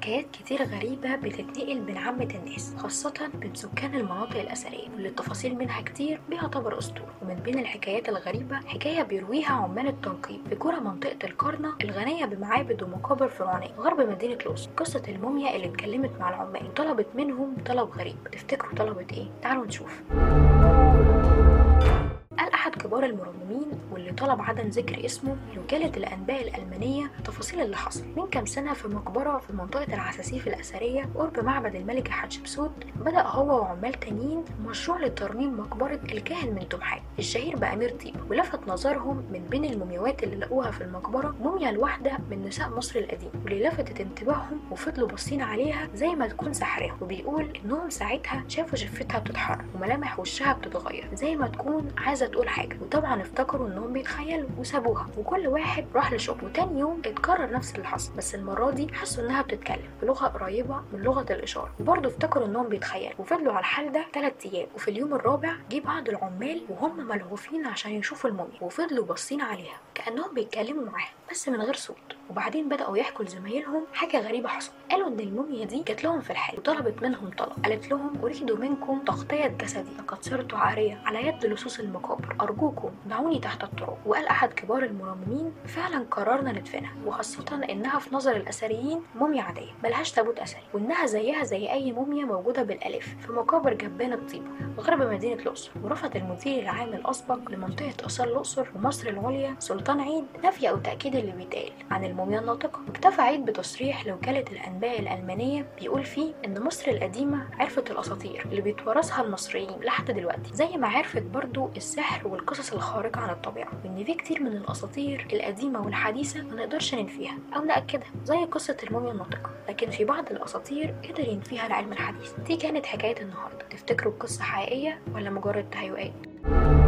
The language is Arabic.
حكايات كتير غريبة بتتنقل بين عامة الناس، خاصة بين سكان المناطق الأثرية، واللي التفاصيل منها كتير بيعتبر أسطورة. ومن بين الحكايات الغريبة حكاية بيرويها عمال التنقيب في قرى منطقة القرنة الغنية بمعابد ومقابر فرعونية غرب مدينة الأقصر. قصة الموميا اللي اتكلمت مع العمال وطلبت منهم طلب غريب. تفتكروا طلبت ايه؟ تعالوا نشوف. قال أحد كبار المرممين واللي طلب عدم ذكر اسمه لوكالة الأنباء الألمانية تفاصيل اللي حصل من كام سنة في مقبرة في منطقة العساسيف الأثرية قرب معبد الملكة حتشبسوت. بدأ هو وعمال تانيين مشروع لترميم مقبرة الكاهن من تمحات الشهير بأمير طيبة، ولفت نظرهم من بين المومياوات اللي لقوها في المقبرة موميا الواحدة من نساء مصر القديم، واللي لفتت انتباههم وفضلوا باصين عليها زي ما تكون سحرها. وبيقول إنهم ساعتها شافوا شفتها بتتحرك وملامح وشها بتتغير زي ما تكون عايزة تقول حاجة، وطبعا افتكروا انهم بيتخيلوا وسابوها وكل واحد راح لشغله. وتاني يوم اتكرر نفس اللي حصل، بس المرة دي حسوا انها بتتكلم بلغة قريبة من لغة الإشارة، وبرضه افتكروا انهم بيتخيلوا. وفضلوا على الحال ده 3 ايام، وفي اليوم الرابع جه بعض العمال وهم ملهوفين عشان يشوفوا الموميا، وفضلوا باصين عليها كأنهم بيتكلموا معاها بس من غير صوت. وبعدين بدأوا يحكوا لزمايلهم حاجة غريبة حصلت. قالوا ان الموميا دي جات لهم في الحال وطلبت منهم طلب. قالت لهم اريد منكم تغطية جسدي لقد صرت عارية على يد لصوص المقابر، ارجوكم دعوني تحت التراب. وقال احد كبار المرممين فعلا قررنا ندفنها، وخاصة انها في نظر الاثريين موميا عادية ملهاش تابوت اثري، وانها زيها زي اي موميا موجودة بالالاف في مقابر جبان الطيبة غرب مدينة الأقصر. ورفض المدير العام الأسبق لمنطقة آثار الأقصر ومصر العليا سلطان عيد نفي أو تأكيد اللي بيتقال عن الموميا الناطقة. واكتفى عيد بتصريح لوكالة الأنباء الألمانية بيقول فيه إن مصر القديمة عرفت الأساطير اللي بيتورثها المصريين لحد دلوقتي، زي ما عرفت برضو السحر والقصص الخارقة عن الطبيعة، وإن في كتير من الأساطير القديمة والحديثة ما نقدرش ننفيها أو نأكدها زي قصة الموميا الناطقة، لكن في بعض الأساطير قدر ينفيها العلم الحديث. دي كانت حكاية النهاردة. تفتكروا القصة حقيقية ولا مجرد تهيؤات؟